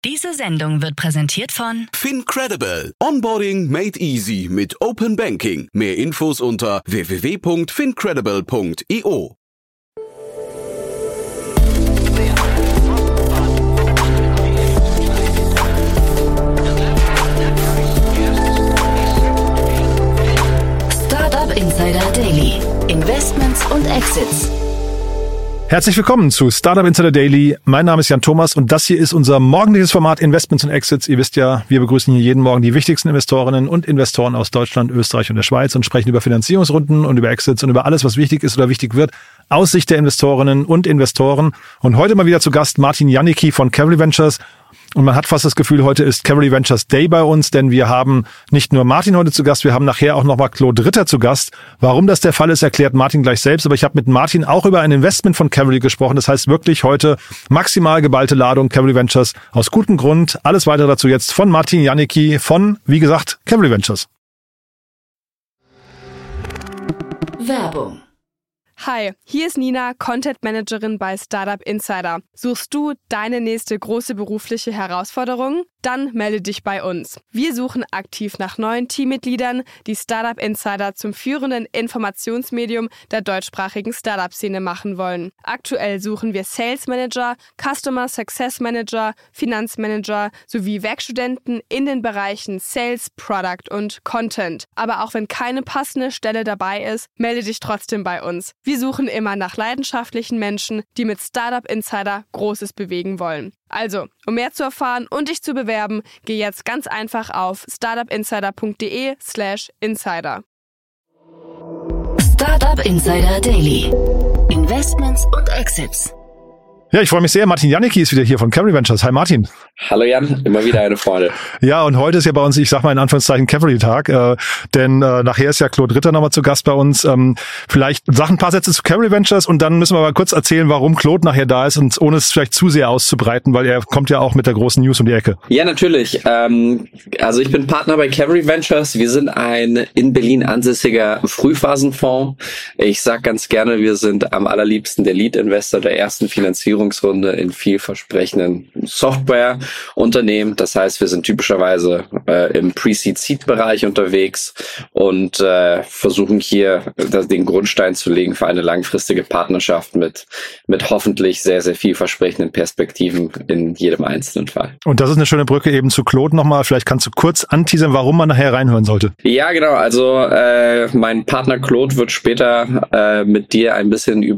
Diese Sendung wird präsentiert von FinCredible. Onboarding made easy mit Open Banking. Mehr Infos unter www.fincredible.io. Startup Insider Daily. Investments und Exits. Herzlich willkommen zu Startup Insider Daily. Mein Name ist Jan Thomas und das hier ist unser morgendliches Format Investments und Exits. Ihr wisst ja, wir begrüßen hier jeden Morgen die wichtigsten Investorinnen und Investoren aus Deutschland, Österreich und der Schweiz und sprechen über Finanzierungsrunden und über Exits und über alles, was wichtig ist oder wichtig wird aus Sicht der Investorinnen und Investoren. Und heute mal wieder zu Gast Martin Janicki von Cavalry Ventures. Und man hat fast das Gefühl, heute ist Cavalry Ventures Day bei uns, denn wir haben nicht nur Martin heute zu Gast, wir haben nachher auch nochmal Claude Ritter zu Gast. Warum das der Fall ist, erklärt Martin gleich selbst. Aber ich habe mit Martin auch über ein Investment von Cavalry gesprochen. Das heißt wirklich heute maximal geballte Ladung Cavalry Ventures aus gutem Grund. Alles weitere dazu jetzt von Martin Janicki von, wie gesagt, Cavalry Ventures. Werbung. Hi, hier ist Nina, Content Managerin bei Startup Insider. Suchst du deine nächste große berufliche Herausforderung? Dann melde dich bei uns. Wir suchen aktiv nach neuen Teammitgliedern, die Startup Insider zum führenden Informationsmedium der deutschsprachigen Startup-Szene machen wollen. Aktuell suchen wir Sales Manager, Customer Success Manager, Finanzmanager sowie Werkstudenten in den Bereichen Sales, Product und Content. Aber auch wenn keine passende Stelle dabei ist, melde dich trotzdem bei uns. Wir suchen immer nach leidenschaftlichen Menschen, die mit Startup Insider Großes bewegen wollen. Also, um mehr zu erfahren und dich zu bewerben, geh jetzt ganz einfach auf startupinsider.de/insider. Startup Insider Daily. Investments und Exits. Ja, ich freue mich sehr. Martin Janicki ist wieder hier von Cavalry Ventures. Hi Martin. Hallo Jan, immer wieder eine Freude. Ja, und heute ist ja bei uns, ich sag mal in Anführungszeichen, Cavalry-Tag, denn nachher ist ja Claude Ritter nochmal zu Gast bei uns. Vielleicht sag ein paar Sätze zu Cavalry Ventures und dann müssen wir mal kurz erzählen, warum Claude nachher da ist und ohne es vielleicht zu sehr auszubreiten, weil er kommt ja auch mit der großen News um die Ecke. Ja, natürlich. Also ich bin Partner bei Cavalry Ventures. Wir sind ein in Berlin ansässiger Frühphasenfonds. Ich sag ganz gerne, wir sind am allerliebsten der Lead-Investor der ersten Finanzierungsrunde in vielversprechenden Softwareunternehmen. Das heißt, wir sind typischerweise im Pre-Seed-Seed-Bereich unterwegs und versuchen hier den Grundstein zu legen für eine langfristige Partnerschaft mit hoffentlich sehr, sehr vielversprechenden Perspektiven in jedem einzelnen Fall. Und das ist eine schöne Brücke eben zu Claude nochmal. Vielleicht kannst du kurz anteasern, warum man nachher reinhören sollte. Ja, genau. Also mein Partner Claude wird später mit dir ein bisschen über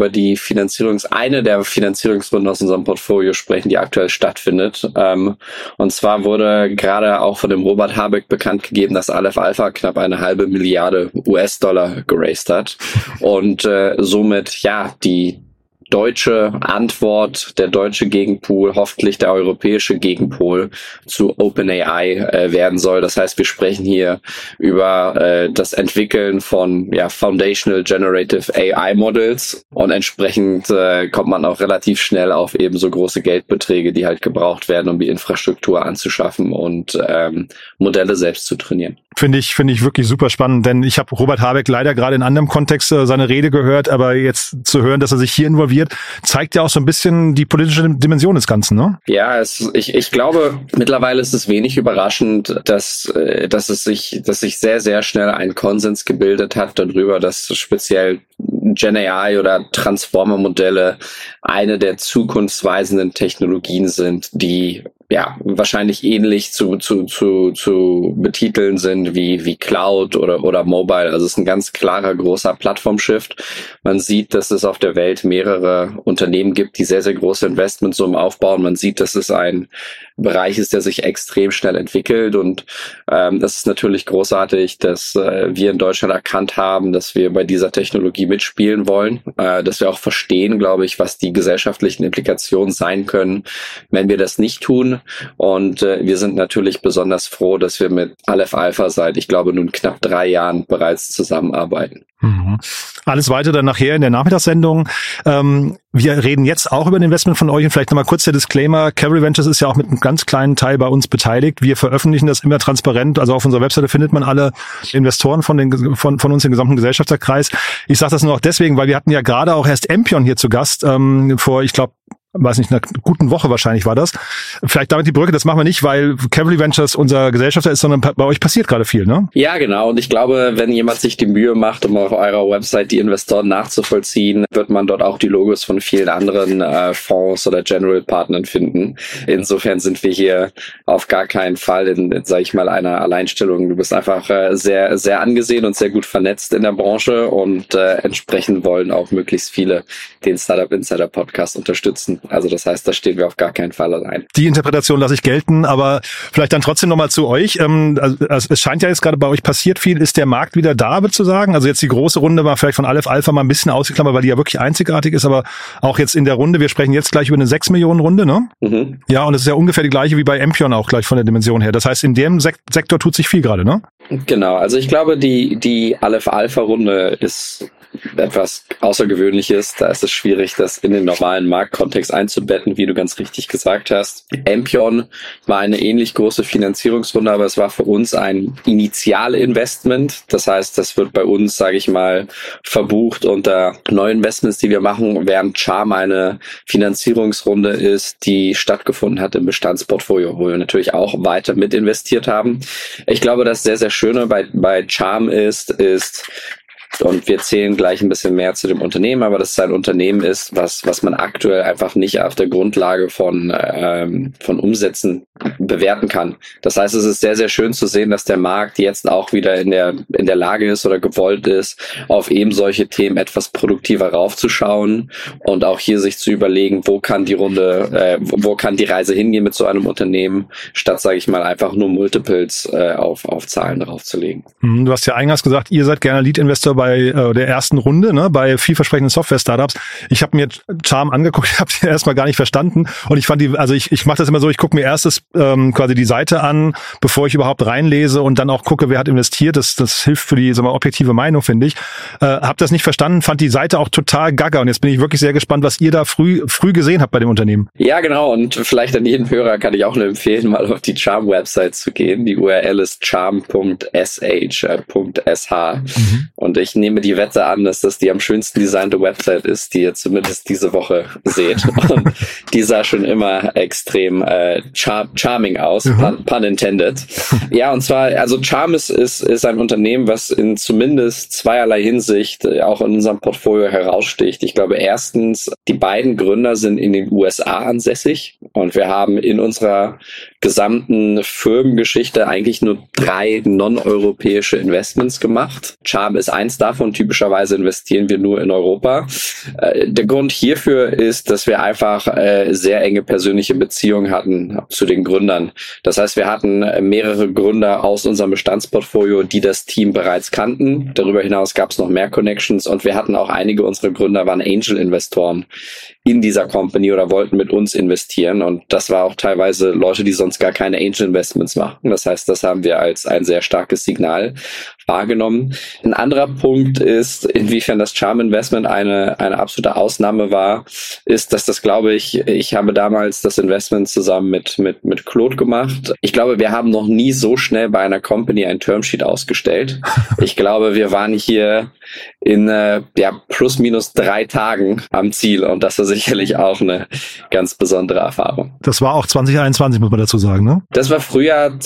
eine der Finanzierungsrunden aus unserem Portfolio sprechen, die aktuell stattfindet. Und zwar wurde gerade auch von dem Robert Habeck bekannt gegeben, dass Aleph Alpha knapp eine halbe Milliarde US-Dollar geraced hat und somit ja die deutsche Antwort, der deutsche Gegenpool, hoffentlich der europäische Gegenpol zu OpenAI werden soll. Das heißt, wir sprechen hier über das Entwickeln von Foundational Generative AI Models und entsprechend kommt man auch relativ schnell auf eben so große Geldbeträge, die halt gebraucht werden, um die Infrastruktur anzuschaffen und Modelle selbst zu trainieren. Finde ich wirklich super spannend, denn ich habe Robert Habeck leider gerade in anderem Kontext seine Rede gehört, aber jetzt zu hören, dass er sich hier involviert, zeigt ja auch so ein bisschen die politische Dimension des Ganzen, ne? Ja, ich glaube, mittlerweile ist es wenig überraschend, dass sich sehr, sehr schnell ein Konsens gebildet hat darüber, dass speziell GenAI oder Transformer-Modelle eine der zukunftsweisenden Technologien sind, die wahrscheinlich ähnlich zu betiteln sind wie Cloud oder Mobile. Also es ist ein ganz klarer, großer Plattform-Shift. Man sieht, dass es auf der Welt mehrere Unternehmen gibt, die sehr, sehr große Investmentsummen aufbauen. Man sieht, dass es ein Bereich ist, der sich extrem schnell entwickelt und das ist natürlich großartig, dass wir in Deutschland erkannt haben, dass wir bei dieser Technologie mitspielen wollen, dass wir auch verstehen, glaube ich, was die gesellschaftlichen Implikationen sein können, wenn wir das nicht tun. Und wir sind natürlich besonders froh, dass wir mit Aleph Alpha seit, ich glaube, nun knapp 3 Jahren bereits zusammenarbeiten. Mhm. Alles weiter dann nachher in der Nachmittagssendung. Wir reden jetzt auch über ein Investment von euch und vielleicht nochmal kurz der Disclaimer. Cavalry Ventures ist ja auch mit einem ganz kleinen Teil bei uns beteiligt. Wir veröffentlichen das immer transparent. Also auf unserer Webseite findet man alle Investoren von uns, den gesamten Gesellschafterkreis. Ich sage das nur auch deswegen, weil wir hatten ja gerade auch erst Empion hier zu Gast vor, ich glaube, weiß nicht, einer guten Woche wahrscheinlich war das. Vielleicht damit die Brücke, das machen wir nicht, weil Cavalry Ventures unser Gesellschafter ist, sondern bei euch passiert gerade viel, ne? Ja, genau. Und ich glaube, wenn jemand sich die Mühe macht, um auf eurer Website die Investoren nachzuvollziehen, wird man dort auch die Logos von vielen anderen Fonds oder General Partnern finden. Insofern sind wir hier auf gar keinen Fall in sage ich mal, einer Alleinstellung. Du bist einfach sehr, sehr angesehen und sehr gut vernetzt in der Branche und entsprechend wollen auch möglichst viele den Startup Insider Podcast unterstützen. Also das heißt, da stehen wir auf gar keinen Fall allein. Die Interpretation lasse ich gelten, aber vielleicht dann trotzdem nochmal zu euch. Also es scheint ja jetzt gerade bei euch passiert viel. Ist der Markt wieder da, würdest du sagen? Also jetzt die große Runde war vielleicht von Aleph Alpha mal ein bisschen ausgeklammert, weil die ja wirklich einzigartig ist, aber auch jetzt in der Runde, wir sprechen jetzt gleich über eine 6 Millionen Runde, ne? Mhm. Ja, und es ist ja ungefähr die gleiche wie bei Empion auch gleich von der Dimension her. Das heißt, in dem Sektor tut sich viel gerade, ne? Genau, also ich glaube, die Aleph Alpha Runde ist etwas Außergewöhnliches. Da ist es schwierig, das in den normalen Marktkontext einzubetten, wie du ganz richtig gesagt hast. Empion war eine ähnlich große Finanzierungsrunde, aber es war für uns ein Initialinvestment. Das heißt, das wird bei uns, sage ich mal, verbucht unter Neuinvestments, die wir machen, während Charm eine Finanzierungsrunde ist, die stattgefunden hat im Bestandsportfolio, wo wir natürlich auch weiter mit investiert haben. Ich glaube, das sehr, sehr Schöne bei Charm ist, und wir zählen gleich ein bisschen mehr zu dem Unternehmen, aber dass es ein Unternehmen ist, was man aktuell einfach nicht auf der Grundlage von Umsätzen bewerten kann. Das heißt, es ist sehr, sehr schön zu sehen, dass der Markt jetzt auch wieder in der Lage ist oder gewollt ist, auf eben solche Themen etwas produktiver raufzuschauen und auch hier sich zu überlegen, wo kann die Reise hingehen mit so einem Unternehmen, statt, sage ich mal, einfach nur Multiples auf Zahlen draufzulegen. Du hast ja eingangs gesagt, ihr seid gerne Lead-Investor bei der ersten Runde, ne, bei vielversprechenden Software-Startups. Ich habe mir Charm angeguckt, ich habe die erstmal gar nicht verstanden und ich fand ich mache das immer so, ich gucke mir erst quasi die Seite an, bevor ich überhaupt reinlese und dann auch gucke, wer hat investiert. Das hilft für die, sagen wir, objektive Meinung, finde ich. Hab das nicht verstanden, fand die Seite auch total gaga und jetzt bin ich wirklich sehr gespannt, was ihr da früh gesehen habt bei dem Unternehmen. Ja, genau, und vielleicht an jeden Hörer kann ich auch nur empfehlen, mal auf die Charm-Website zu gehen. Die URL ist charm.sh. Und ich nehme die Wette an, dass das die am schönsten designte Website ist, die ihr zumindest diese Woche seht. Und die sah schon immer extrem charming aus, pun intended. Ja, und zwar, also Charm ist ein Unternehmen, was in zumindest zweierlei Hinsicht auch in unserem Portfolio heraussticht. Ich glaube, erstens, die beiden Gründer sind in den USA ansässig und wir haben in unserer gesamten Firmengeschichte eigentlich nur 3 non-europäische Investments gemacht. Charm ist eins davon. Typischerweise investieren wir nur in Europa. Der Grund hierfür ist, dass wir einfach sehr enge persönliche Beziehungen hatten zu den Gründern. Das heißt, wir hatten mehrere Gründer aus unserem Bestandsportfolio, die das Team bereits kannten. Darüber hinaus gab es noch mehr Connections und wir hatten auch einige unserer Gründer waren Angel-Investoren in dieser Company oder wollten mit uns investieren und das war auch teilweise Leute, die sonst gar keine Angel-Investments machen. Das heißt, das haben wir als ein sehr starkes Signal wahrgenommen. Ein anderer Punkt ist, inwiefern das Charm Investment eine absolute Ausnahme war, ist, dass das, glaube ich habe damals das Investment zusammen mit Claude gemacht. Ich glaube, wir haben noch nie so schnell bei einer Company ein Termsheet ausgestellt. Ich glaube, wir waren hier in plus minus 3 Tagen am Ziel und das war sicherlich auch eine ganz besondere Erfahrung. Das war auch 2021, muss man dazu sagen, ne? Das war Frühjahr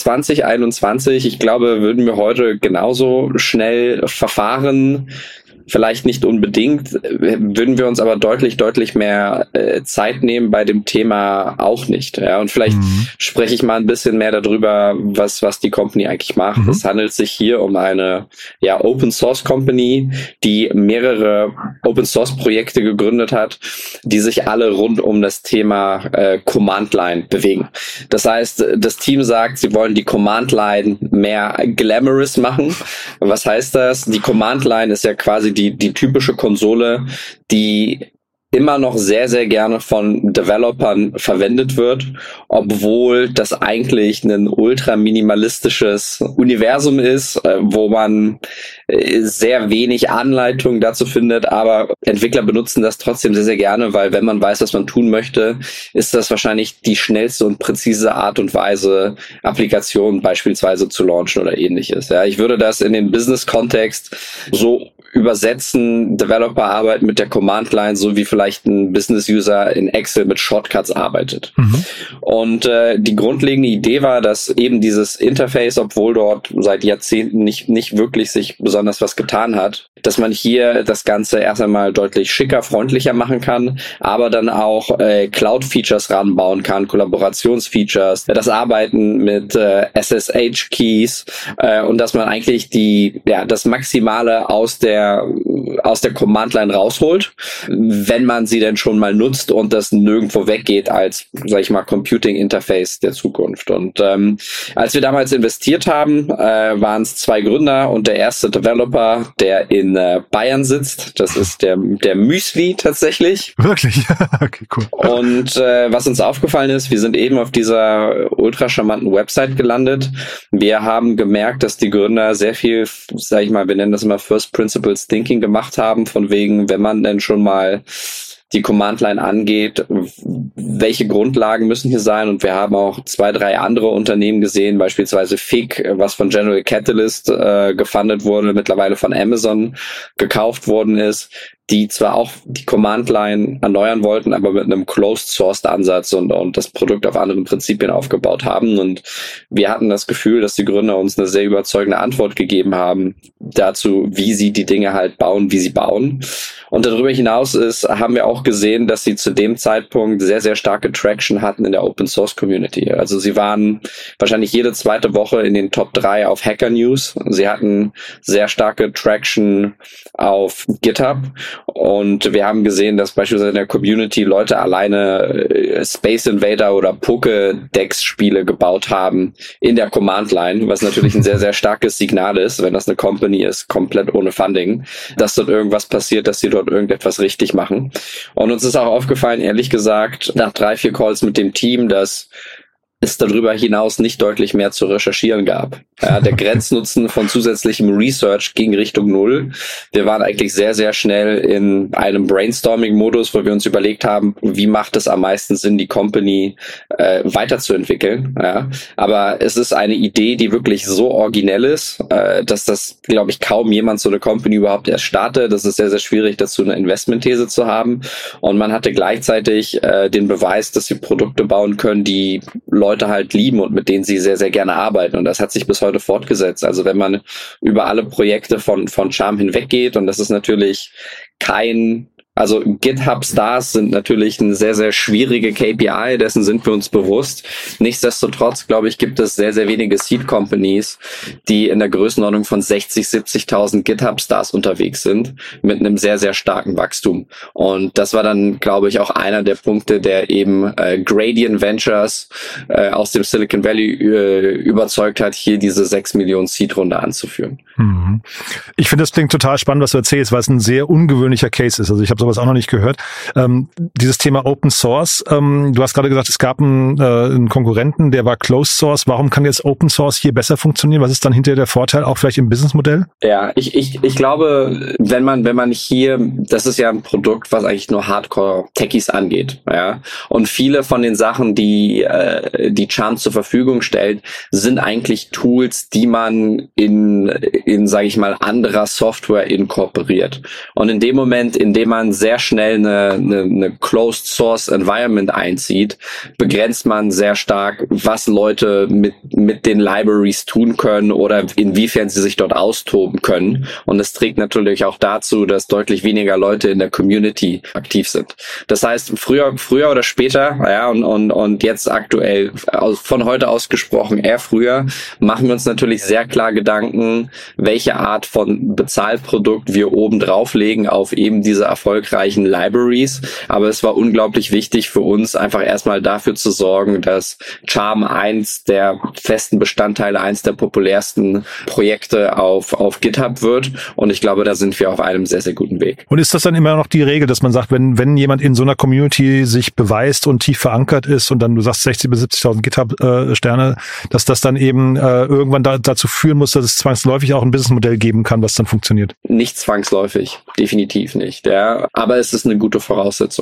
2021. Ich glaube, würden wir heute genauso schnell verfahren. Vielleicht nicht unbedingt, würden wir uns aber deutlich mehr Zeit nehmen bei dem Thema auch nicht. Ja, und vielleicht spreche ich mal ein bisschen mehr darüber, was die Company eigentlich macht. Es handelt sich hier um eine Open Source Company, die mehrere Open Source Projekte gegründet hat, die sich alle rund um das Thema Command Line bewegen. Das heißt, das Team sagt, sie wollen die Command Line mehr glamorous machen. Was heißt das? Die Command Line ist ja quasi die typische Konsole, die immer noch sehr, sehr gerne von Developern verwendet wird, obwohl das eigentlich ein ultra minimalistisches Universum ist, wo man sehr wenig Anleitung dazu findet, aber Entwickler benutzen das trotzdem sehr, sehr gerne, weil wenn man weiß, was man tun möchte, ist das wahrscheinlich die schnellste und präzise Art und Weise, Applikationen beispielsweise zu launchen oder ähnliches. Ja, ich würde das in den Business-Kontext so übersetzen Developer-Arbeit mit der Command-Line, so wie vielleicht ein Business-User in Excel mit Shortcuts arbeitet. Und die grundlegende Idee war, dass eben dieses Interface, obwohl dort seit Jahrzehnten nicht wirklich sich besonders was getan hat, dass man hier das Ganze erst einmal deutlich schicker, freundlicher machen kann, aber dann auch Cloud-Features ranbauen kann, Kollaborationsfeatures, das Arbeiten mit SSH-Keys und dass man eigentlich das Maximale aus der Command-Line rausholt, wenn man sie denn schon mal nutzt und das nirgendwo weggeht als, sag ich mal, Computing-Interface der Zukunft. Und als wir damals investiert haben, waren es 2 Gründer und der erste Developer, der in Bayern sitzt. Das ist der Müsli tatsächlich. Wirklich? Okay, cool. Und was uns aufgefallen ist, wir sind eben auf dieser ultra charmanten Website gelandet. Wir haben gemerkt, dass die Gründer sehr viel, sag ich mal, wir nennen das immer First Principles Thinking gemacht haben, von wegen, wenn man denn schon mal die Command-Line angeht, welche Grundlagen müssen hier sein, und wir haben auch 2, 3 andere Unternehmen gesehen, beispielsweise Fig, was von General Catalyst gefundet wurde, mittlerweile von Amazon gekauft worden ist, die zwar auch die Command-Line erneuern wollten, aber mit einem Closed-Sourced-Ansatz und das Produkt auf anderen Prinzipien aufgebaut haben. Und wir hatten das Gefühl, dass die Gründer uns eine sehr überzeugende Antwort gegeben haben dazu, wie sie die Dinge halt bauen, wie sie bauen. Und darüber hinaus haben wir auch gesehen, dass sie zu dem Zeitpunkt sehr, sehr starke Traction hatten in der Open-Source-Community. Also sie waren wahrscheinlich jede zweite Woche in den Top 3 auf Hacker News. Sie hatten sehr starke Traction auf GitHub. Und wir haben gesehen, dass beispielsweise in der Community Leute alleine Space Invader oder Pokédex-Spiele gebaut haben in der Command-Line, was natürlich ein sehr, sehr starkes Signal ist, wenn das eine Company ist, komplett ohne Funding, dass dort irgendwas passiert, dass sie dort irgendetwas richtig machen. Und uns ist auch aufgefallen, ehrlich gesagt, nach 3, 4 Calls mit dem Team, dass es darüber hinaus nicht deutlich mehr zu recherchieren gab. Ja, der Grenznutzen von zusätzlichem Research ging Richtung 0. Wir waren eigentlich sehr, sehr schnell in einem Brainstorming-Modus, wo wir uns überlegt haben, wie macht es am meisten Sinn, die Company weiterzuentwickeln. Ja, aber es ist eine Idee, die wirklich so originell ist, dass das, glaube ich, kaum jemand so eine Company überhaupt erst startet. Das ist sehr, sehr schwierig, dazu eine Investmentthese zu haben. Und man hatte gleichzeitig den Beweis, dass sie Produkte bauen können, die Leute halt lieben und mit denen sie sehr, sehr gerne arbeiten. Und das hat sich bis heute fortgesetzt. Also wenn man über alle Projekte von Charm hinweggeht, und das ist natürlich also GitHub Stars sind natürlich eine sehr, sehr schwierige KPI, dessen sind wir uns bewusst. Nichtsdestotrotz, glaube ich, gibt es sehr, sehr wenige Seed-Companies, die in der Größenordnung von 60.000, 70.000 GitHub Stars unterwegs sind, mit einem sehr, sehr starken Wachstum. Und das war dann, glaube ich, auch einer der Punkte, der eben Gradient Ventures aus dem Silicon Valley überzeugt hat, hier diese 6 Millionen Seed-Runde anzuführen. Ich finde, das klingt total spannend, was du erzählst, weil es ein sehr ungewöhnlicher Case ist. Also ich habe sowas auch noch nicht gehört. Dieses Thema Open Source, du hast gerade gesagt, es gab einen Konkurrenten, der war Closed Source. Warum kann jetzt Open Source hier besser funktionieren? Was ist dann hinterher der Vorteil, auch vielleicht im Businessmodell? Ja, ich glaube, wenn man hier, das ist ja ein Produkt, was eigentlich nur Hardcore-Techies angeht, ja. Und viele von den Sachen, die Charm zur Verfügung stellt, sind eigentlich Tools, die man in sage ich mal, anderer Software inkorporiert. Und in dem Moment, in dem man sehr schnell eine Closed Source Environment einzieht, begrenzt man sehr stark, was Leute mit den Libraries tun können oder inwiefern sie sich dort austoben können. Und es trägt natürlich auch dazu, dass deutlich weniger Leute in der Community aktiv sind. Das heißt, früher oder später, ja, und jetzt aktuell, von heute aus gesprochen, eher früher, machen wir uns natürlich sehr klar Gedanken, welche Art von Bezahlprodukt wir oben drauflegen auf eben diese erfolgreichen Libraries. Aber es war unglaublich wichtig für uns, einfach erstmal dafür zu sorgen, dass Charm eins der festen Bestandteile, eins der populärsten Projekte auf GitHub wird. Und ich glaube, da sind wir auf einem sehr, sehr guten Weg. Und ist das dann immer noch die Regel, dass man sagt, wenn jemand in so einer Community sich beweist und tief verankert ist und dann, du sagst 60.000 bis 70.000 GitHub-Sterne, dass das dann eben irgendwann dazu führen muss, dass es zwangsläufig auch ein Businessmodell geben kann, was dann funktioniert? Nicht zwangsläufig, definitiv nicht. Ja. Aber es ist eine gute Voraussetzung.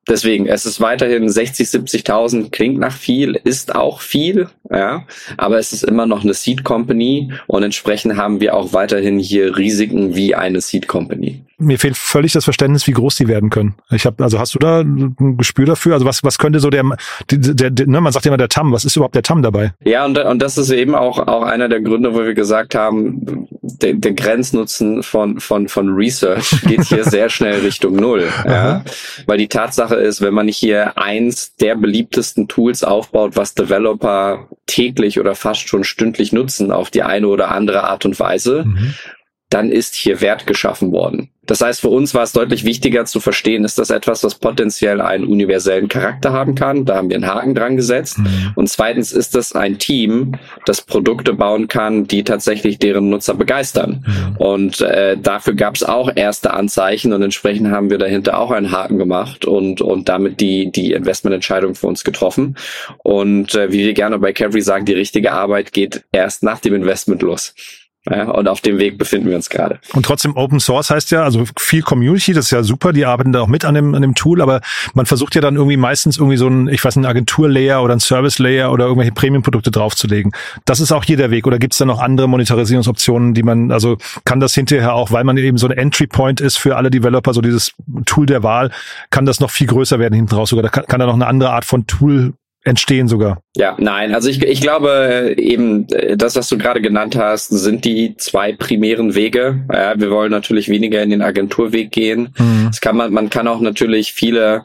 Deswegen, es ist weiterhin 60, 70.000, klingt nach viel, ist auch viel, ja, aber es ist immer noch eine Seed Company und entsprechend haben wir auch weiterhin hier Risiken wie eine Seed Company. Mir fehlt völlig das Verständnis, wie groß die werden können. Also hast du da ein Gespür dafür? Also was könnte so man sagt immer der TAM, was ist überhaupt der TAM dabei? Ja, und das ist eben auch einer der Gründe, wo wir gesagt haben, der Grenznutzen von Research geht hier sehr schnell Richtung Null, ja, weil die Tatsache ist, wenn man hier eins der beliebtesten Tools aufbaut, was Developer täglich oder fast schon stündlich nutzen auf die eine oder andere Art und Weise, dann ist hier Wert geschaffen worden. Das heißt, für uns war es deutlich wichtiger zu verstehen, ist das etwas, was potenziell einen universellen Charakter haben kann? Da haben wir einen Haken dran gesetzt. Und zweitens ist das ein Team, das Produkte bauen kann, die tatsächlich deren Nutzer begeistern. Und dafür gab es auch erste Anzeichen und entsprechend haben wir dahinter auch einen Haken gemacht und damit die Investmententscheidung für uns getroffen. Und wie wir gerne bei Cavalry sagen, die richtige Arbeit geht erst nach dem Investment los. Ja, und auf dem Weg befinden wir uns gerade. Und trotzdem Open Source heißt ja, also viel Community, das ist ja super, die arbeiten da auch mit an dem Tool, aber man versucht ja dann irgendwie meistens irgendwie so ein Agentur-Layer oder ein Service-Layer oder irgendwelche Premium-Produkte draufzulegen. Das ist auch hier der Weg, oder gibt es da noch andere Monetarisierungsoptionen, also kann das hinterher auch, weil man eben so ein Entry-Point ist für alle Developer, so dieses Tool der Wahl, kann das noch viel größer werden hinten raus, oder kann da noch eine andere Art von Tool entstehen sogar? Ja, nein, also ich glaube eben, das, was du gerade genannt hast, sind die zwei primären Wege. Ja, wir wollen natürlich weniger in den Agenturweg gehen. Man kann auch natürlich viel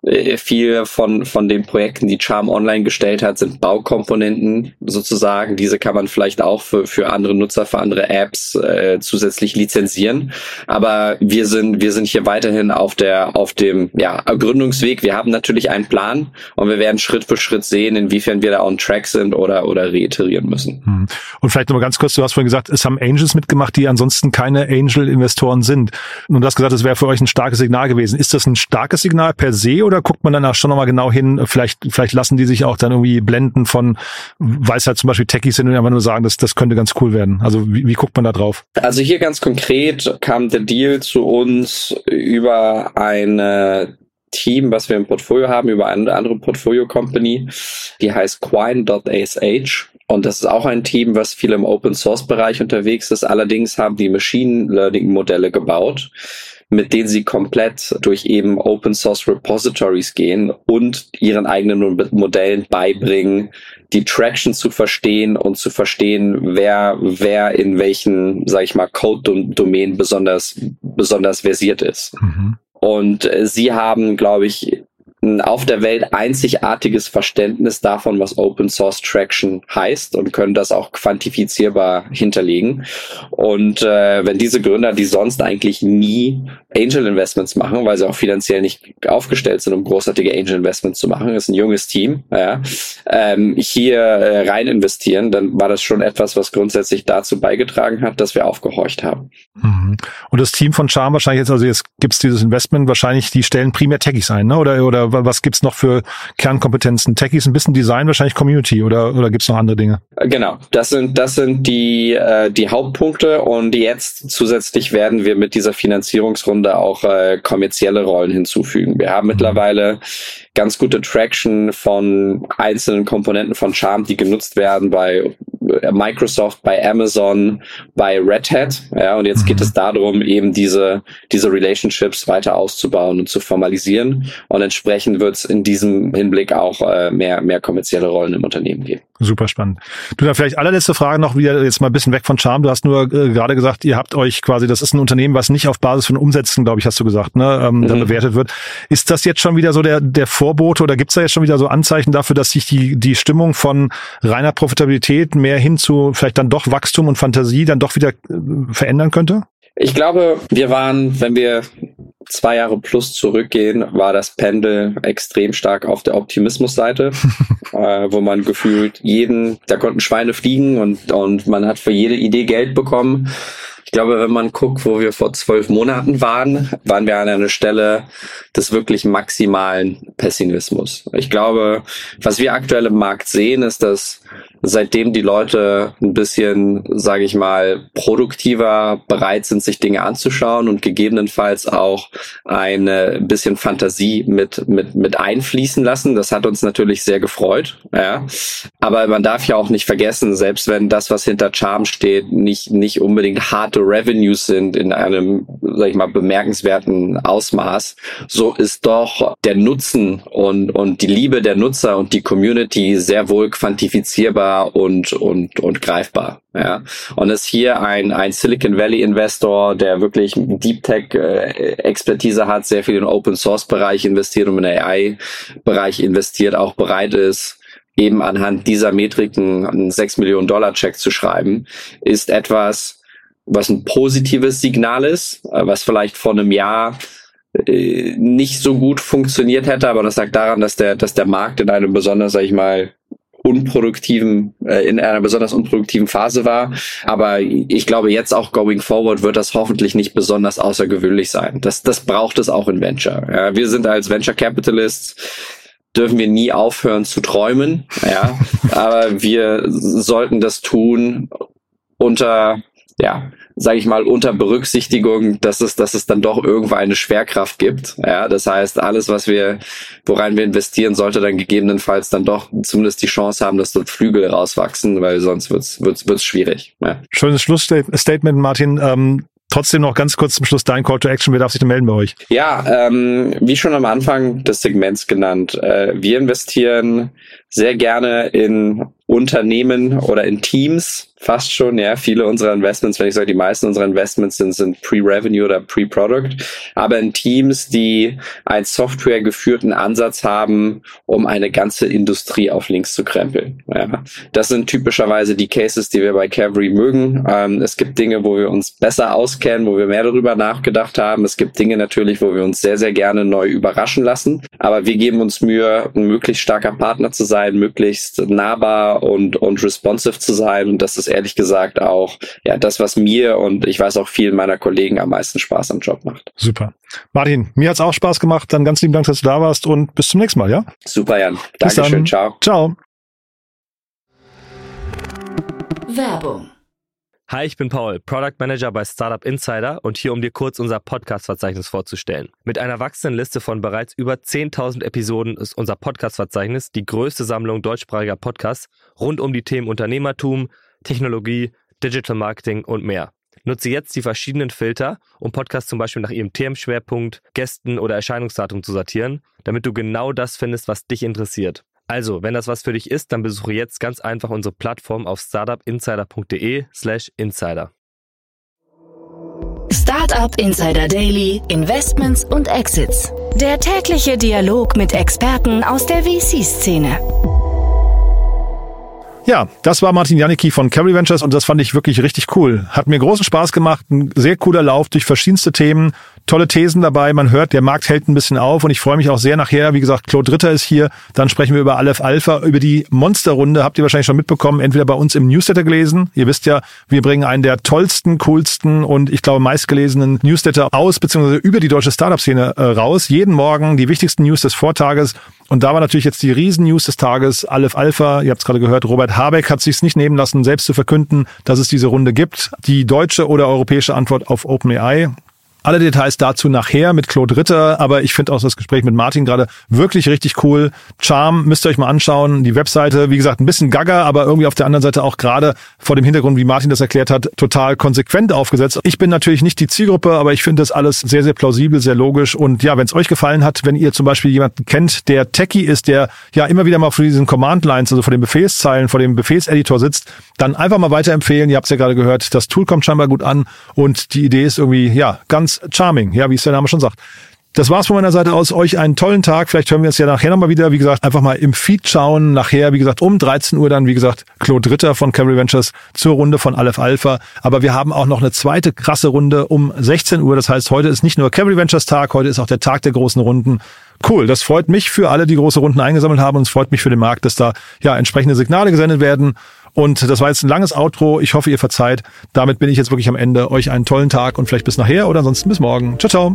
von den Projekten, die Charm Online gestellt hat, sind Baukomponenten sozusagen. Diese kann man vielleicht auch für andere Nutzer, für andere Apps zusätzlich lizenzieren. Aber wir sind hier weiterhin auf dem Gründungsweg. Wir haben natürlich einen Plan und wir werden Schritt für Schritt sehen, inwiefern wir da on track sind oder reiterieren müssen. Und vielleicht nochmal ganz kurz, du hast vorhin gesagt, es haben Angels mitgemacht, die ansonsten keine Angel-Investoren sind. Und du hast gesagt, es wäre für euch ein starkes Signal gewesen. Ist das ein starkes Signal per se, oder guckt man danach schon nochmal genau hin? Vielleicht lassen die sich auch dann irgendwie blenden von, weil es halt zum Beispiel Techies sind und einfach nur sagen, das könnte ganz cool werden. Also wie guckt man da drauf? Also hier ganz konkret kam der Deal zu uns über ein Team, was wir im Portfolio haben, über eine andere Portfolio-Company, die heißt Quine.ash. Und das ist auch ein Team, was viel im Open-Source-Bereich unterwegs ist. Allerdings haben die Machine Learning-Modelle gebaut, mit denen sie komplett durch eben Open Source Repositories gehen und ihren eigenen Modellen beibringen, die Traction zu verstehen und zu verstehen, wer in welchen, sag ich mal, Code-Domänen besonders versiert ist. Und sie haben, glaube ich, auf der Welt einzigartiges Verständnis davon, was Open Source Traction heißt, und können das auch quantifizierbar hinterlegen. Und wenn diese Gründer, die sonst eigentlich nie Angel Investments machen, weil sie auch finanziell nicht aufgestellt sind, um großartige Angel Investments zu machen, ist ein junges Team, hier rein investieren, dann war das schon etwas, was grundsätzlich dazu beigetragen hat, dass wir aufgehorcht haben. Und das Team von Charm wahrscheinlich jetzt gibt's dieses Investment, wahrscheinlich, die stellen primär Techies ein, ne? Oder was gibt's noch für Kernkompetenzen? Techies, ein bisschen Design, wahrscheinlich Community, oder gibt's noch andere Dinge? Genau, das sind die Hauptpunkte, und jetzt zusätzlich werden wir mit dieser Finanzierungsrunde auch kommerzielle Rollen hinzufügen. Wir haben mittlerweile ganz gute Traction von einzelnen Komponenten von Charm, die genutzt werden bei Microsoft, bei Amazon, bei Red Hat, ja, und jetzt geht es darum, eben diese Relationships weiter auszubauen und zu formalisieren, und entsprechend wird es in diesem Hinblick auch mehr kommerzielle Rollen im Unternehmen geben. Super spannend. Du, dann vielleicht allerletzte Frage noch, wieder jetzt mal ein bisschen weg von Charm. Du hast nur gerade gesagt, ihr habt euch quasi, das ist ein Unternehmen, was nicht auf Basis von Umsätzen, glaube ich, hast du gesagt, ne, dann bewertet wird. Ist das jetzt schon wieder so der Vorbote, oder gibt's da jetzt schon wieder so Anzeichen dafür, dass sich die Stimmung von reiner Profitabilität mehr hin zu vielleicht dann doch Wachstum und Fantasie dann doch wieder verändern könnte? Ich glaube, wir waren, wenn wir 2 Jahre plus zurückgehen, war das Pendel extrem stark auf der Optimismusseite, wo man gefühlt da konnten Schweine fliegen und man hat für jede Idee Geld bekommen. Ich glaube, wenn man guckt, wo wir vor 12 Monaten waren wir an einer Stelle des wirklich maximalen Pessimismus. Ich glaube, was wir aktuell im Markt sehen, ist, dass seitdem die Leute ein bisschen, sage ich mal, produktiver bereit sind, sich Dinge anzuschauen und gegebenenfalls auch ein bisschen Fantasie mit einfließen lassen. Das hat uns natürlich sehr gefreut, ja. Aber man darf ja auch nicht vergessen, selbst wenn das, was hinter Charm steht, nicht unbedingt harte Revenues sind in einem, sag ich mal, bemerkenswerten Ausmaß, so ist doch der Nutzen und die Liebe der Nutzer und die Community sehr wohl quantifizierbar und greifbar. Ja. Und ist hier ein Silicon Valley Investor, der wirklich Deep Tech Expertise hat, sehr viel in Open Source Bereich investiert und in den AI Bereich investiert, auch bereit ist, eben anhand dieser Metriken einen $6 Millionen Check zu schreiben, ist etwas, was ein positives Signal ist, was vielleicht vor einem Jahr nicht so gut funktioniert hätte, aber das sagt daran, dass der Markt in einem besonders, sag ich mal, in einer besonders unproduktiven Phase war. Aber ich glaube, jetzt auch going forward wird das hoffentlich nicht besonders außergewöhnlich sein. Das braucht es auch in Venture. Ja, wir sind als Venture Capitalists, dürfen wir nie aufhören zu träumen. Ja, aber wir sollten das tun unter Berücksichtigung, dass es dann doch irgendwann eine Schwerkraft gibt. Ja, das heißt, alles, worein wir investieren, sollte dann gegebenenfalls dann doch zumindest die Chance haben, dass dort Flügel rauswachsen, weil sonst wird's schwierig. Ja. Schönes Schlussstatement, Martin. Trotzdem noch ganz kurz zum Schluss dein Call to Action. Wer darf sich denn melden bei euch? Ja, wie schon am Anfang des Segments genannt, wir investieren sehr gerne in Unternehmen oder in Teams, fast schon, ja. Viele unserer Investments, wenn ich sage, die meisten unserer Investments sind Pre-Revenue oder Pre-Product, aber in Teams, die einen softwaregeführten Ansatz haben, um eine ganze Industrie auf links zu krempeln. Ja. Das sind typischerweise die Cases, die wir bei Cavalry mögen. Es gibt Dinge, wo wir uns besser auskennen, wo wir mehr darüber nachgedacht haben. Es gibt Dinge natürlich, wo wir uns sehr, sehr gerne neu überraschen lassen. Aber wir geben uns Mühe, ein möglichst starker Partner zu sein, möglichst nahbar und responsive zu sein. Und das ist ehrlich gesagt auch das, was mir und ich weiß auch vielen meiner Kollegen am meisten Spaß am Job macht. Super. Martin, mir hat's auch Spaß gemacht. Dann ganz lieben Dank, dass du da warst und bis zum nächsten Mal, ja? Super, Jan. Dankeschön. Ciao. Ciao. Werbung. Hi, ich bin Paul, Product Manager bei Startup Insider und hier, um dir kurz unser Podcast-Verzeichnis vorzustellen. Mit einer wachsenden Liste von bereits über 10.000 Episoden ist unser Podcast-Verzeichnis die größte Sammlung deutschsprachiger Podcasts rund um die Themen Unternehmertum, Technologie, Digital Marketing und mehr. Nutze jetzt die verschiedenen Filter, um Podcasts zum Beispiel nach ihrem Themenschwerpunkt, Gästen oder Erscheinungsdatum zu sortieren, damit du genau das findest, was dich interessiert. Also, wenn das was für dich ist, dann besuche jetzt ganz einfach unsere Plattform auf startupinsider.de/insider. Startup Insider Daily, Investments und Exits. Der tägliche Dialog mit Experten aus der VC-Szene. Ja, das war Martin Janicki von Cavalry Ventures und das fand ich wirklich richtig cool. Hat mir großen Spaß gemacht, ein sehr cooler Lauf durch verschiedenste Themen, tolle Thesen dabei, man hört, der Markt hält ein bisschen auf und ich freue mich auch sehr nachher, wie gesagt, Claude Ritter ist hier, dann sprechen wir über Aleph Alpha, über die Monsterrunde, habt ihr wahrscheinlich schon mitbekommen, entweder bei uns im Newsletter gelesen, ihr wisst ja, wir bringen einen der tollsten, coolsten und ich glaube meistgelesenen Newsletter aus, beziehungsweise über die deutsche Startup-Szene raus, jeden Morgen die wichtigsten News des Vortages und da war natürlich jetzt die Riesen-News des Tages, Aleph Alpha, ihr habt es gerade gehört, Robert Habeck hat sich's nicht nehmen lassen, selbst zu verkünden, dass es diese Runde gibt, die deutsche oder europäische Antwort auf OpenAI. Alle Details dazu nachher mit Claude Ritter, aber ich finde auch das Gespräch mit Martin gerade wirklich richtig cool. Charm, müsst ihr euch mal anschauen. Die Webseite, wie gesagt, ein bisschen gaga, aber irgendwie auf der anderen Seite auch gerade vor dem Hintergrund, wie Martin das erklärt hat, total konsequent aufgesetzt. Ich bin natürlich nicht die Zielgruppe, aber ich finde das alles sehr, sehr plausibel, sehr logisch. Und ja, wenn es euch gefallen hat, wenn ihr zum Beispiel jemanden kennt, der Techie ist, der ja immer wieder mal vor diesen Command-Lines, also vor den Befehlszeilen, vor dem Befehlseditor sitzt, dann einfach mal weiterempfehlen. Ihr habt es ja gerade gehört, das Tool kommt scheinbar gut an und die Idee ist irgendwie, ja, ganz charming, ja, wie es der Name schon sagt. Das war's von meiner Seite aus. Euch einen tollen Tag. Vielleicht hören wir uns ja nachher nochmal wieder. Wie gesagt, einfach mal im Feed schauen. Nachher, wie gesagt, um 13 Uhr dann, wie gesagt, Claude Ritter von Cavalry Ventures zur Runde von Aleph Alpha. Aber wir haben auch noch eine zweite krasse Runde um 16 Uhr. Das heißt, heute ist nicht nur Cavalry Ventures Tag, heute ist auch der Tag der großen Runden. Cool, das freut mich für alle, die große Runden eingesammelt haben und es freut mich für den Markt, dass da ja entsprechende Signale gesendet werden. Und das war jetzt ein langes Outro. Ich hoffe, ihr verzeiht. Damit bin ich jetzt wirklich am Ende. Euch einen tollen Tag und vielleicht bis nachher oder ansonsten bis morgen. Ciao, ciao.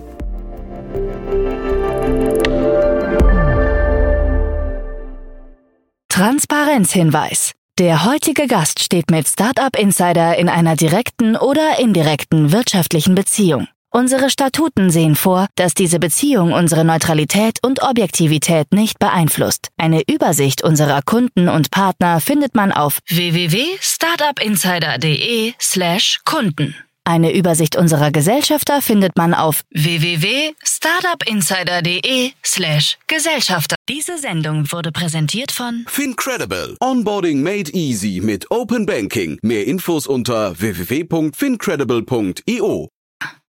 Transparenzhinweis. Der heutige Gast steht mit Startup Insider in einer direkten oder indirekten wirtschaftlichen Beziehung. Unsere Statuten sehen vor, dass diese Beziehung unsere Neutralität und Objektivität nicht beeinflusst. Eine Übersicht unserer Kunden und Partner findet man auf www.startupinsider.de/Kunden. Eine Übersicht unserer Gesellschafter findet man auf www.startupinsider.de/Gesellschafter. Diese Sendung wurde präsentiert von FinCredible. Onboarding made easy mit Open Banking. Mehr Infos unter www.fincredible.io.